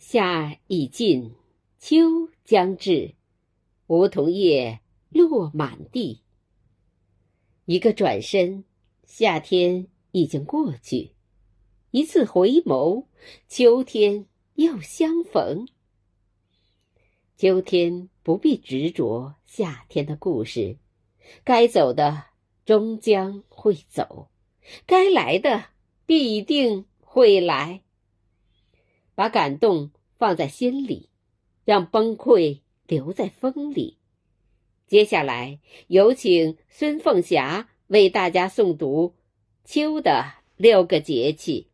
夏已尽，秋将至，梧桐叶落满地。一个转身，夏天已经过去；一次回眸，秋天又相逢。秋天不必执着夏天的故事，该走的终将会走，该来的必定会来。把感动放在心里，让崩溃留在风里。接下来，有请孙凤霞为大家诵读秋的6个节气。